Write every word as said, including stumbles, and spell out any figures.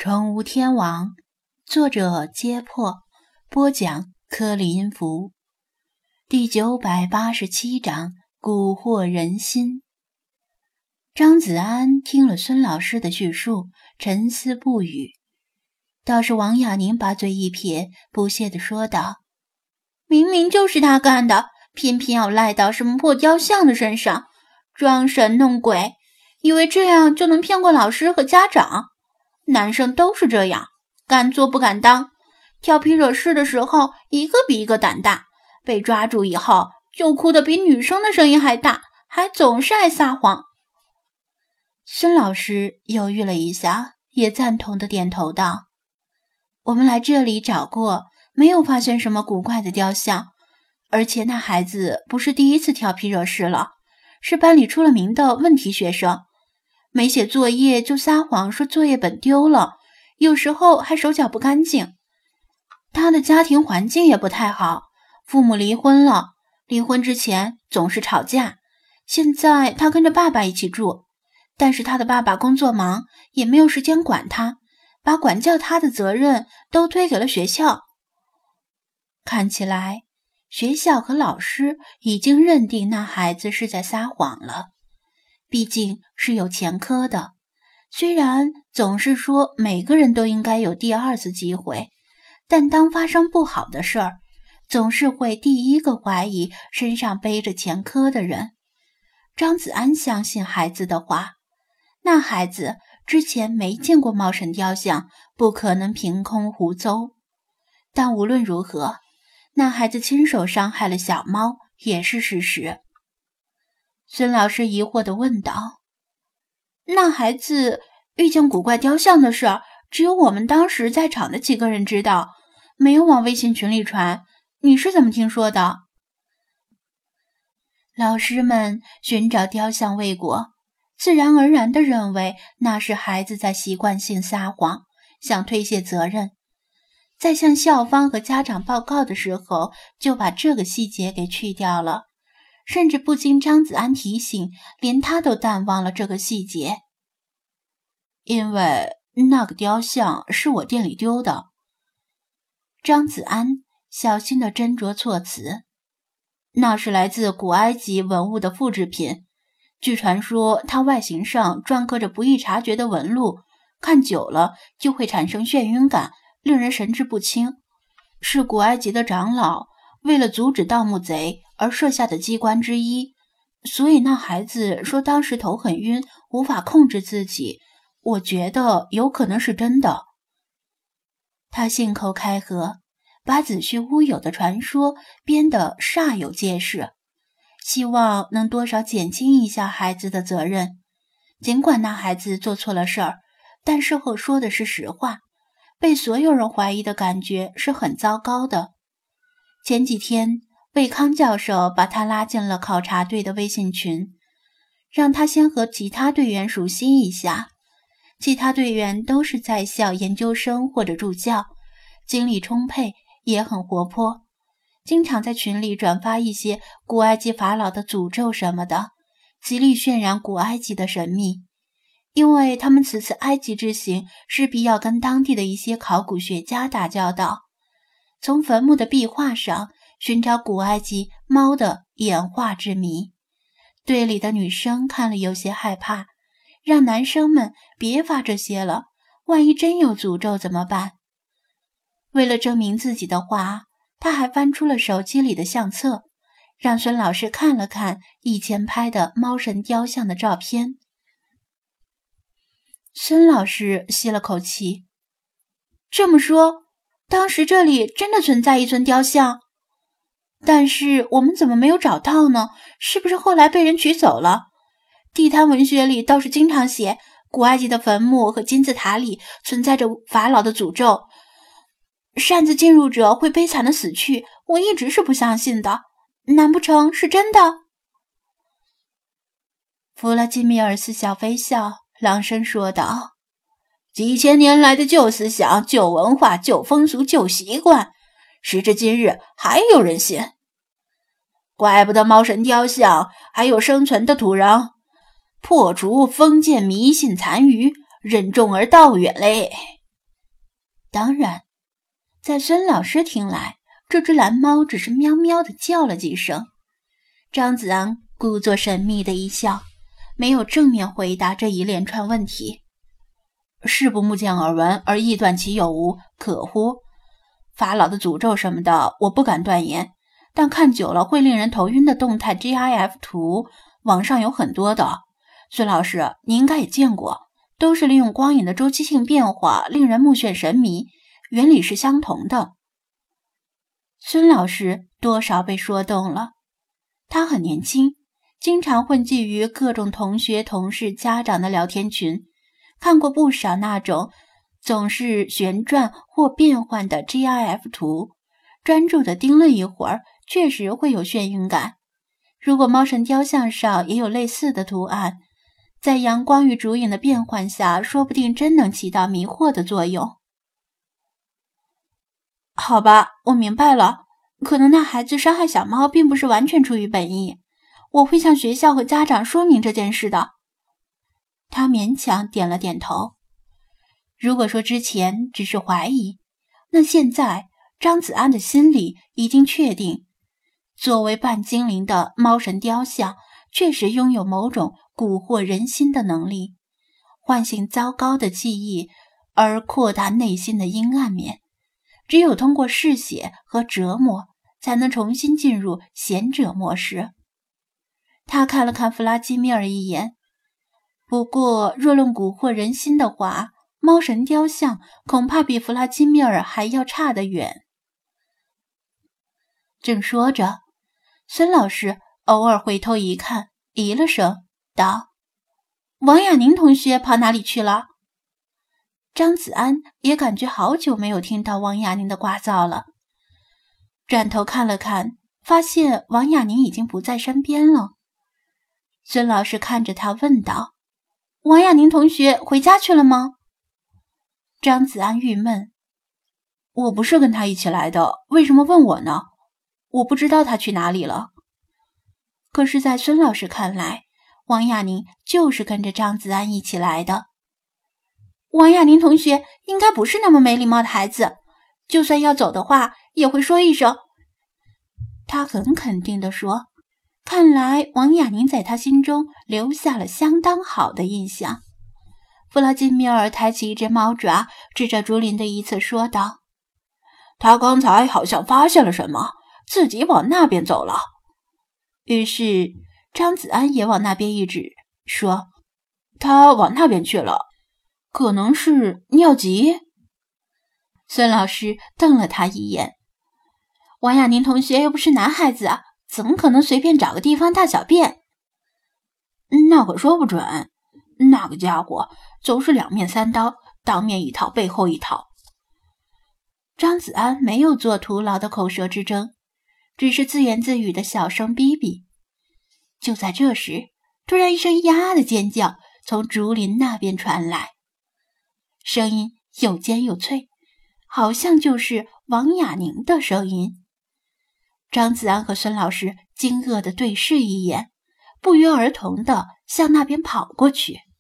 宠物天王，作者揭破，播讲柯里音符，第九百八十七章蛊惑人心。张子安听了孙老师的叙述，沉思不语。倒是王亚宁把嘴一撇，不屑地说道：“明明就是他干的，偏偏要赖到什么破雕像的身上，装神弄鬼，以为这样就能骗过老师和家长。男生都是这样，敢做不敢当，调皮惹事的时候一个比一个胆大，被抓住以后就哭得比女生的声音还大，还总是爱撒谎。”孙老师犹豫了一下，也赞同的点头道：“我们来这里找过，没有发现什么古怪的雕像，而且那孩子不是第一次调皮惹事了，是班里出了名的问题学生。没写作业就撒谎说作业本丢了，有时候还手脚不干净。他的家庭环境也不太好，父母离婚了，离婚之前总是吵架。现在他跟着爸爸一起住，但是他的爸爸工作忙，也没有时间管他，把管教他的责任都推给了学校。看起来，学校和老师已经认定那孩子是在撒谎了。毕竟是有前科的，虽然总是说每个人都应该有第二次机会，但当发生不好的事儿，总是会第一个怀疑身上背着前科的人。张子安相信孩子的话，那孩子之前没见过猫神雕像，不可能凭空胡诌。但无论如何，那孩子亲手伤害了小猫也是事实。孙老师疑惑地问道：“那孩子遇见古怪雕像的事儿，只有我们当时在场的几个人知道，没有往微信群里传，你是怎么听说的？”老师们寻找雕像未果，自然而然地认为那是孩子在习惯性撒谎，想推卸责任。在向校方和家长报告的时候，就把这个细节给去掉了。甚至不经张子安提醒，连他都淡忘了这个细节。因为那个雕像是我店里丢的。张子安小心地斟酌措辞，那是来自古埃及文物的复制品。据传说，它外形上篆刻着不易察觉的纹路，看久了就会产生眩晕感，令人神志不清。是古埃及的长老为了阻止盗墓贼而设下的机关之一，所以那孩子说当时头很晕，无法控制自己，我觉得有可能是真的。他信口开河，把子虚乌有的传说编得煞有介事，希望能多少减轻一下孩子的责任。尽管那孩子做错了事儿，但事后说的是实话，被所有人怀疑的感觉是很糟糕的。前几天魏康教授把他拉进了考察队的微信群，让他先和其他队员熟悉一下。其他队员都是在校研究生或者助教，精力充沛，也很活泼，经常在群里转发一些古埃及法老的诅咒什么的，极力渲染古埃及的神秘。因为他们此次埃及之行势必要跟当地的一些考古学家打交道，从坟墓的壁画上寻找古埃及猫的演化之谜。队里的女生看了有些害怕，让男生们别发这些了，万一真有诅咒怎么办？为了证明自己的话，他还翻出了手机里的相册，让孙老师看了看以前拍的猫神雕像的照片。孙老师吸了口气，这么说，当时这里真的存在一尊雕像，但是我们怎么没有找到呢？是不是后来被人取走了？地摊文学里倒是经常写古埃及的坟墓和金字塔里存在着法老的诅咒，擅自进入者会悲惨的死去，我一直是不相信的，难不成是真的？弗拉基米尔似笑非笑，朗声说道：“几千年来的旧思想、旧文化、旧风俗、旧习惯，时至今日还有人信。怪不得猫神雕像还有生存的土壤，破除封建迷信残余，任重而道远嘞。” 当然，在孙老师听来，这只蓝猫只是喵喵地叫了几声。张子安故作神秘的一笑，没有正面回答这一连串问题。是不目见耳闻而臆断其有无，可乎？法老的诅咒什么的，我不敢断言，但看久了会令人头晕的动态 G I F 图，网上有很多的。孙老师，你应该也见过，都是利用光影的周期性变化，令人目眩神迷，原理是相同的。孙老师多少被说动了，他很年轻，经常混迹于各种同学、同事、家长的聊天群，看过不少那种总是旋转或变换的 G I F 图，专注地盯了一会儿，确实会有眩晕感。如果猫神雕像上也有类似的图案，在阳光与烛影的变换下，说不定真能起到迷惑的作用。好吧，我明白了，可能那孩子伤害小猫并不是完全出于本意，我会向学校和家长说明这件事的。他勉强点了点头。如果说之前只是怀疑，那现在张子安的心里已经确定，作为半精灵的猫神雕像确实拥有某种蛊惑人心的能力，唤醒糟糕的记忆而扩大内心的阴暗面。只有通过嗜血和折磨，才能重新进入贤者模式。他看了看弗拉基米尔一眼，不过若论蛊惑人心的话，猫神雕像恐怕比弗拉基米尔还要差得远。正说着，孙老师偶尔回头一看，咦了声，道：“王雅宁同学跑哪里去了？”张子安也感觉好久没有听到王雅宁的聒噪了，转头看了看，发现王雅宁已经不在身边了。孙老师看着他问道：“王雅宁同学回家去了吗？”张子安郁闷：“我不是跟他一起来的，为什么问我呢？我不知道他去哪里了。”可是在孙老师看来，王雅宁就是跟着张子安一起来的。王雅宁同学应该不是那么没礼貌的孩子，就算要走的话，也会说一声。他很肯定地说，看来王雅宁在他心中留下了相当好的印象。弗拉基米尔抬起一只猫爪，指着竹林的一侧说道：“他刚才好像发现了什么，自己往那边走了。”于是张子安也往那边一指，说：“他往那边去了。可能是尿急。”孙老师瞪了他一眼：“王雅宁同学又不是男孩子，怎么可能随便找个地方大小便？”“那可说不准，那个家伙总是两面三刀，当面一套，背后一套。”张子安没有做徒劳的口舌之争，只是自言自语的小声逼逼。就在这时，突然一声呀的尖叫从竹林那边传来，声音又尖又脆，好像就是王雅宁的声音。张子安和孙老师惊愕地对视一眼，不约而同地向那边跑过去。